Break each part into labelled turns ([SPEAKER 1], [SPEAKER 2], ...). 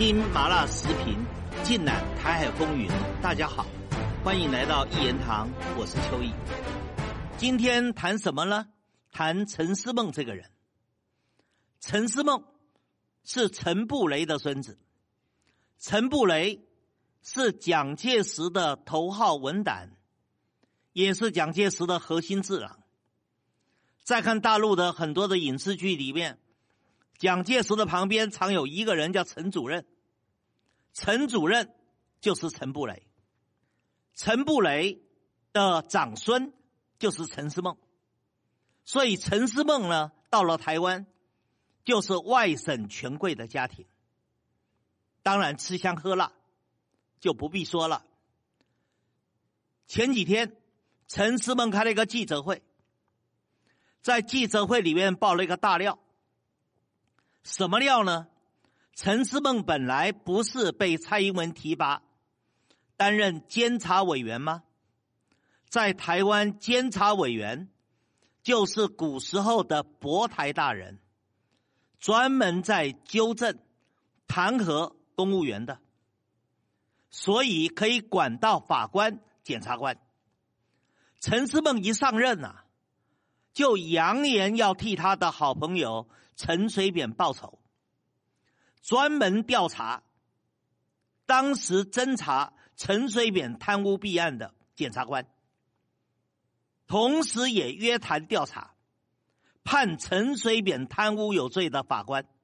[SPEAKER 1] 听麻辣时评，尽览台海风云。大家好，欢迎来到一言堂，我是邱毅。今天谈什么呢？谈陈思孟这个人。陈思孟是陈布雷的孙子，陈布雷是蒋介石的头号文胆，也是蒋介石的核心智囊。再看大陆的很多的影视剧里面，蒋介石的旁边常有一个人叫陈主任，陈主任就是陈布雷，陈布雷的长孙就是陈思孟，所以陈思孟呢到了台湾就是外省权贵的家庭，当然吃香喝辣就不必说了。前几天陈思孟开了一个记者会，在记者会里面爆了一个大料。什么料呢？陈思孟本来不是被蔡英文提拔担任监察委员吗？在台湾监察委员就是古时候的驳台大人，专门在纠正弹劾公务员的，所以可以管到法官检察官。陈思孟一上任啊，就扬言要替他的好朋友陈水扁报仇，专门调查当时侦查陈水扁贪污弊案的检察官，同时也约谈调查判陈水扁贪污有罪的法官。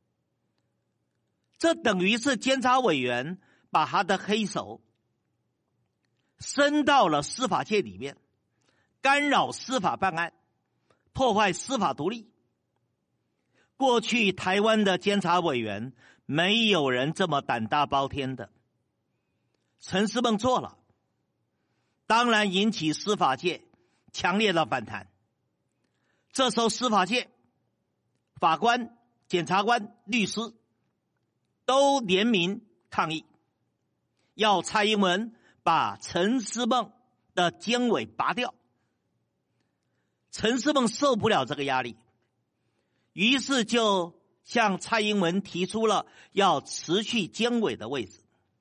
[SPEAKER 1] 这等于是监察委员把他的黑手伸到了司法界里面，干扰司法办案，破坏司法独立。过去台湾的监察委员没有人这么胆大包天的，陈思孟做了，当然引起司法界强烈的反弹。这时候司法界法官、检察官、律师都联名抗议，要蔡英文把陈思孟的监委拔掉。陈思孟受不了这个压力，于是就向蔡英文提出了要辞去监委的位置。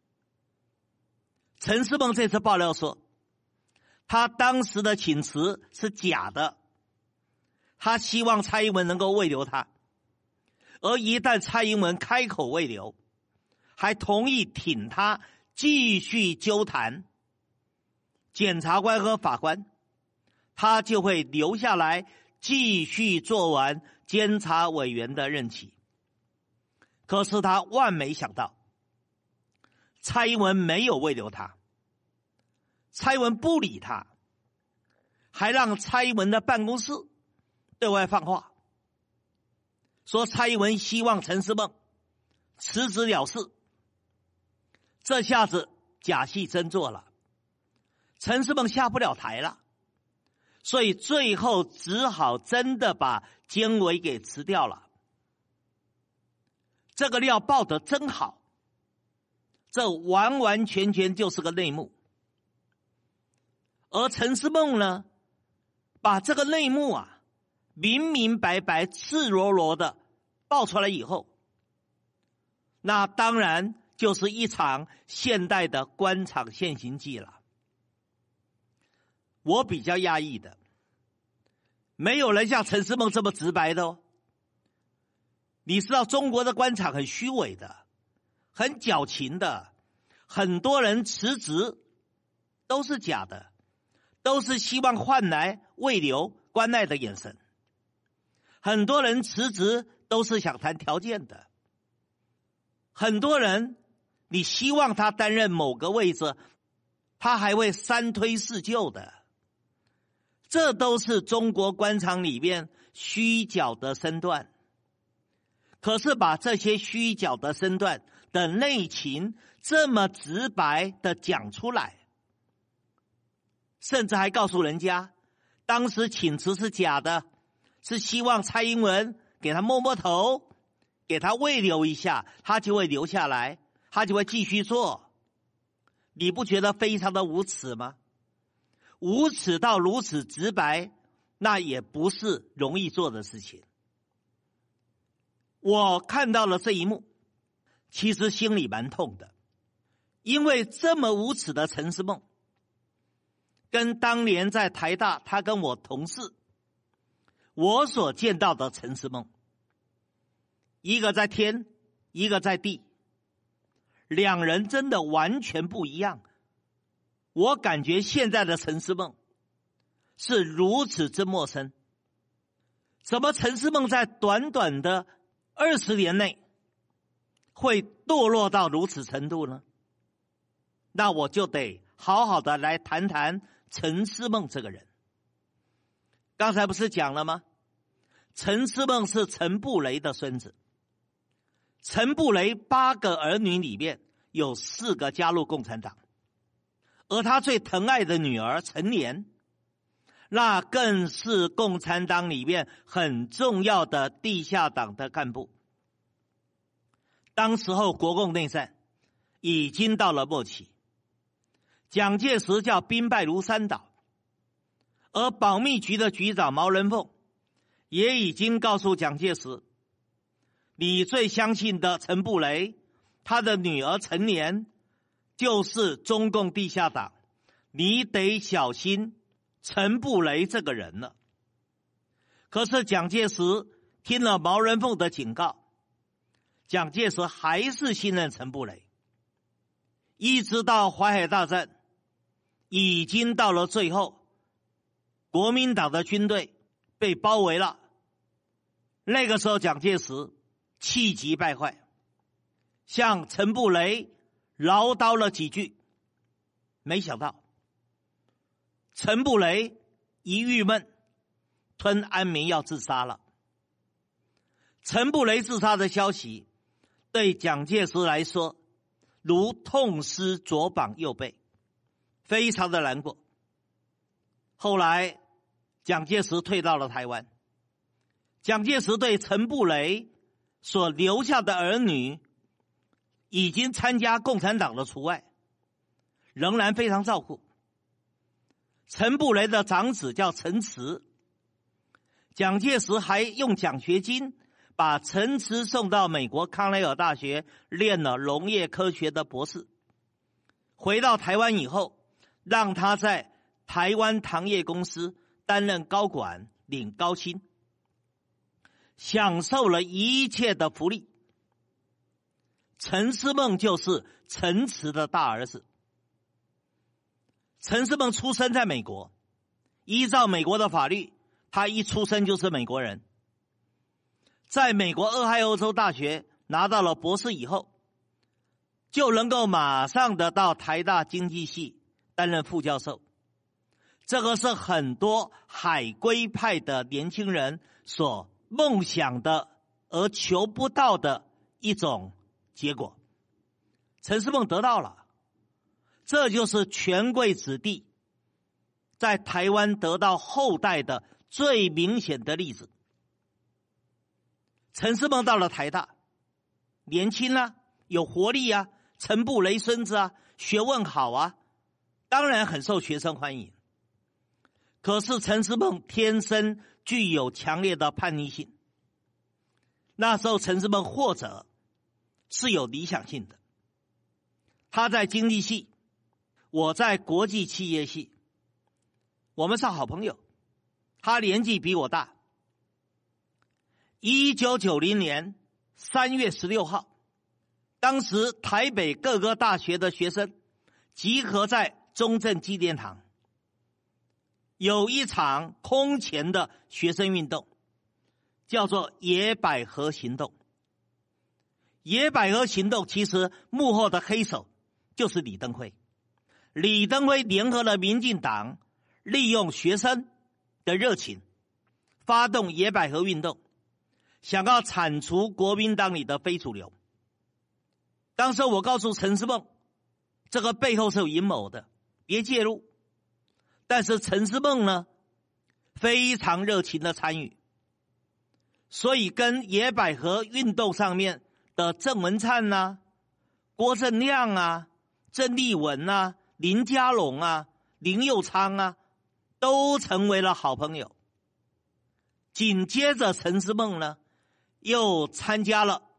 [SPEAKER 1] 陈思孟这次爆料说，他当时的请辞是假的，他希望蔡英文能够慰留他，而一旦蔡英文开口慰留，还同意挺他继续纠弹检察官和法官，他就会留下来继续做完监察委员的任期。可是他万没想到，蔡英文没有慰留他，蔡英文不理他，还让蔡英文的办公室对外放话，说蔡英文希望陈思孟辞职了事。这下子假戏真做了，陈思孟下不了台了，所以最后只好真的把监委给辞掉了。这个料爆得真好，这完完全全就是个内幕。而陈思孟呢，把这个内幕啊明明白白赤裸裸的爆出来以后，那当然就是一场现代的官场现形记了。我比较讶异的，没有人像陈思孟这么直白的哦。你知道中国的官场很虚伪的，很矫情的，很多人辞职都是假的，都是希望换来慰留关爱的眼神。很多人辞职都是想谈条件的，很多人你希望他担任某个位置，他还会三推四就的。这都是中国官场里面虚假的身段。可是把这些虚假的身段的内情这么直白的讲出来，甚至还告诉人家当时请辞是假的，是希望蔡英文给他摸摸头，给他慰留一下，他就会留下来，他就会继续做。你不觉得非常的无耻吗？无耻到如此直白，那也不是容易做的事情。我看到了这一幕， 其实心里蛮痛的，因为这么无耻的陈思梦，跟当年在台大他跟我同事，我所见到的陈思梦，一个在天，一个在地，两人真的完全不一样。我感觉现在的陈思梦是如此之陌生，怎么陈思梦在短短的20年内会堕落到如此程度呢？那我就得好好的来谈谈陈思梦这个人。刚才不是讲了吗？陈思梦是陈布雷的孙子，陈布雷8个儿女里面有4个加入共产党，而他最疼爱的女儿陈莲，那更是共产党里面很重要的地下党的干部。当时候国共内战已经到了末期，蒋介石叫兵败如山倒，而保密局的局长毛人凤也已经告诉蒋介石，你最相信的陈布雷，他的女儿陈莲就是中共地下党，你得小心陈布雷这个人了。可是蒋介石听了毛人凤的警告，蒋介石还是信任陈布雷，一直到淮海大战已经到了最后，国民党的军队被包围了，那个时候蒋介石气急败坏，向陈布雷唠叨了几句，没想到陈布雷一郁闷，吞安眠药自杀了。陈布雷自杀的消息对蒋介石来说如痛失左膀右臂，非常的难过。后来蒋介石退到了台湾，蒋介石对陈布雷所留下的儿女已经参加共产党的除外，仍然非常照顾。陈布雷的长子叫陈慈，蒋介石还用奖学金把陈慈送到美国康奈尔大学念了农业科学的博士，回到台湾以后，让他在台湾糖业公司担任高管，领高薪，享受了一切的福利。陈思梦就是陈慈的大儿子。陈思梦出生在美国，依照美国的法律，他一出生就是美国人。在美国俄亥俄州大学拿到了博士以后，就能够马上的到台大经济系担任副教授。这个是很多海归派的年轻人所梦想的而求不到的一种结果。陈思梦得到了，这就是权贵子弟在台湾得到后代的最明显的例子。陈思梦到了台大，年轻啊，有活力啊，陈布雷孙子啊，学问好啊，当然很受学生欢迎。可是陈思梦天生具有强烈的叛逆性，那时候陈思梦或者是有理想性的。他在经济系，我在国际企业系，我们是好朋友，他年纪比我大。1990年3月16号，当时台北各个大学的学生集合在中正纪念堂，有一场空前的学生运动，叫做野百合行动。野百合行动其实幕后的黑手就是李登辉。李登辉联合了民进党，利用学生的热情，发动野百合运动，想要铲除国民党里的非主流。当时我告诉陈思梦，这个背后是有阴谋的，别介入。但是陈思梦呢，非常热情的参与，所以跟野百合运动上面的郑文灿啊、郭正亮啊、郑丽文啊、林佳龙啊、林佑昌啊，都成为了好朋友。紧接着陈思梦呢，又参加了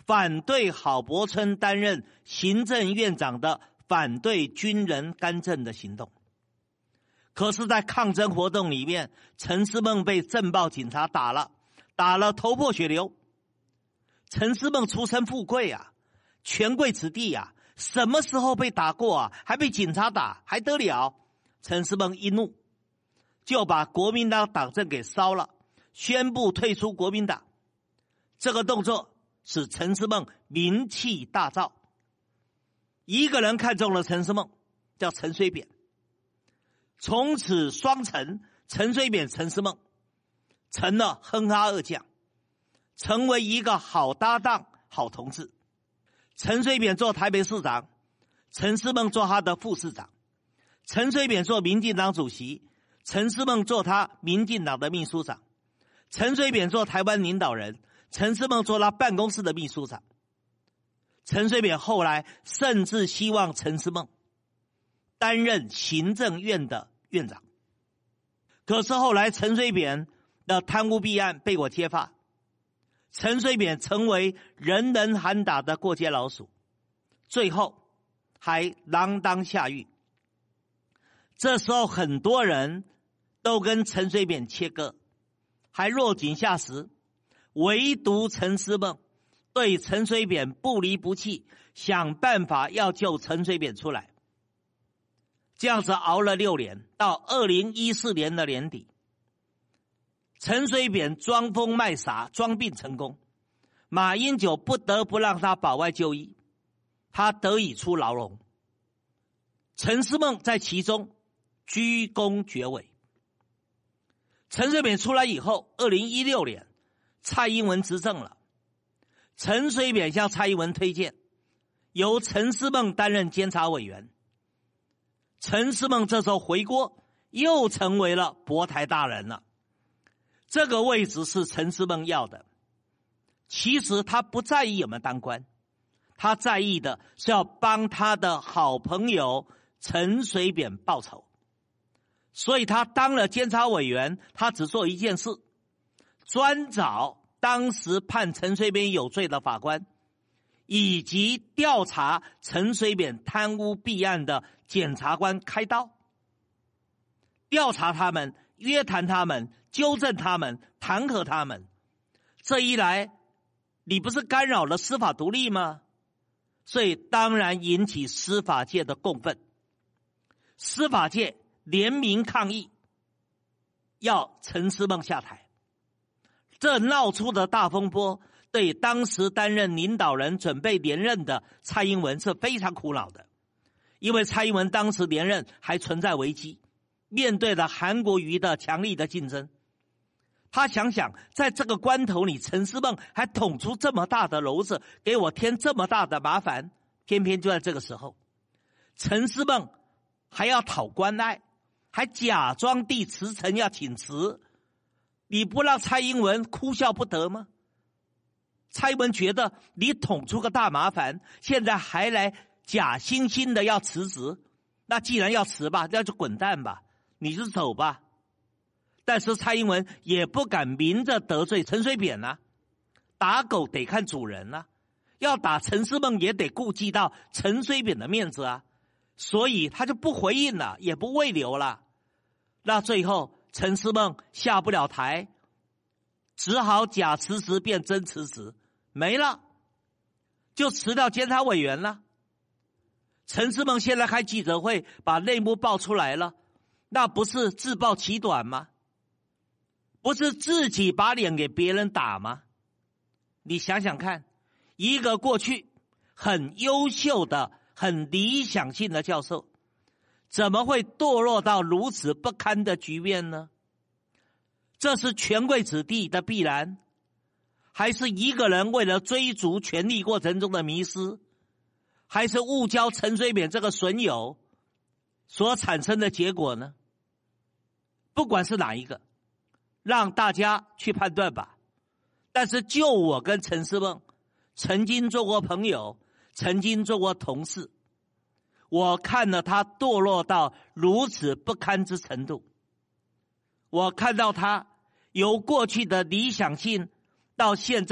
[SPEAKER 1] 反对郝柏村担任行政院长的反对军人干政的行动。可是在抗争活动里面，陈思孟被政报警察打了头破血流。陈思孟出身富贵啊，权贵子弟啊，什么时候被打过啊？还被警察打，还得了？陈思孟一怒，就把国民党党证给烧了，宣布退出国民党。这个动作使陈思孟名气大噪。一个人看中了陈思孟，叫陈水扁。从此双陈，陈水扁、陈思孟成了哼哈二将，成为一个好搭档、好同志。陈水扁做台北市长，陈思孟做他的副市长。陈水扁做民进党主席，陈思孟做他民进党的秘书长。陈水扁做台湾领导人，陈思孟做他办公室的秘书长。陈水扁后来甚至希望陈思孟担任行政院的院长。可是后来陈水扁的贪污弊案被我揭发，陈水扁成为人人喊打的过街老鼠，最后还锒铛下狱。这时候很多人都跟陈水扁切割，还落井下石，唯独陈思孟对陈水扁不离不弃，想办法要救陈水扁出来。这样子熬了6年，到2014年的年底，陈水扁装疯卖傻，装病成功，马英九不得不让他保外就医，他得以出牢笼。陈思孟在其中居功厥伟。陈水扁出来以后，2016年蔡英文执政了，陈水扁向蔡英文推荐由陈思孟担任监察委员。陈思孟这时候回锅，又成为了国台大人了。这个位置是陈思孟要的。其实他不在意有没有当官，他在意的是要帮他的好朋友陈水扁报仇。所以他当了监察委员，他只做一件事，专找当时判陈水扁有罪的法官，以及调查陈水扁贪污弊案的检察官开刀，调查他们，约谈他们，纠正他们，弹劾他们。这一来，你不是干扰了司法独立吗？所以当然引起司法界的共愤，司法界联名抗议，要陈思孟下台。这闹出的大风波，对当时担任领导人准备连任的蔡英文是非常苦恼的。因为蔡英文当时连任还存在危机，面对了韩国瑜的强力的竞争。他想想，在这个关头里，陈思孟还捅出这么大的篓子，给我添这么大的麻烦。偏偏就在这个时候，陈思孟还要讨关爱，还假装递辞呈要请辞，你不让蔡英文哭笑不得吗？蔡英文觉得你捅出个大麻烦，现在还来假惺惺的要辞职，那既然要辞吧，那就滚蛋吧，你就走吧。但是蔡英文也不敢明着得罪陈水扁啊，打狗得看主人啊，要打陈思孟也得顾及到陈水扁的面子啊，所以他就不回应了，也不慰留了。那最后陈思孟下不了台，只好假辞职变真辞职，没了，就辞掉监察委员了。陈思孟现在开记者会把内幕爆出来了，那不是自暴其短吗？不是自己把脸给别人打吗？你想想看，一个过去很优秀的、很理想性的教授，怎么会堕落到如此不堪的局面呢？这是权贵子弟的必然，还是一个人为了追逐权力过程中的迷失，还是误交陈水扁这个损友所产生的结果呢？不管是哪一个，让大家去判断吧。但是就我跟陈思孟曾经做过朋友，曾经做过同事，我看了他堕落到如此不堪之程度，我看到他由过去的理想性到现在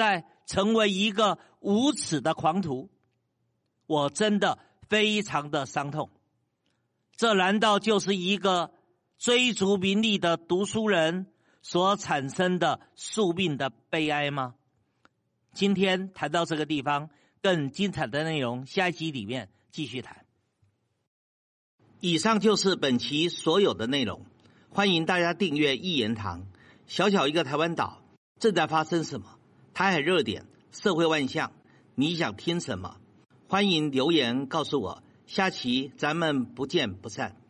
[SPEAKER 1] 成为一个无耻的狂徒，我真的非常的伤痛。这难道就是一个追逐名利的读书人所产生的宿命的悲哀吗？今天谈到这个地方，更精彩的内容下一集里面继续谈。以上就是本期所有的内容，欢迎大家订阅一言堂。小小一个台湾岛，正在发生什么？台海热点，社会万象，你想听什么？欢迎留言告诉我，下期咱们不见不散。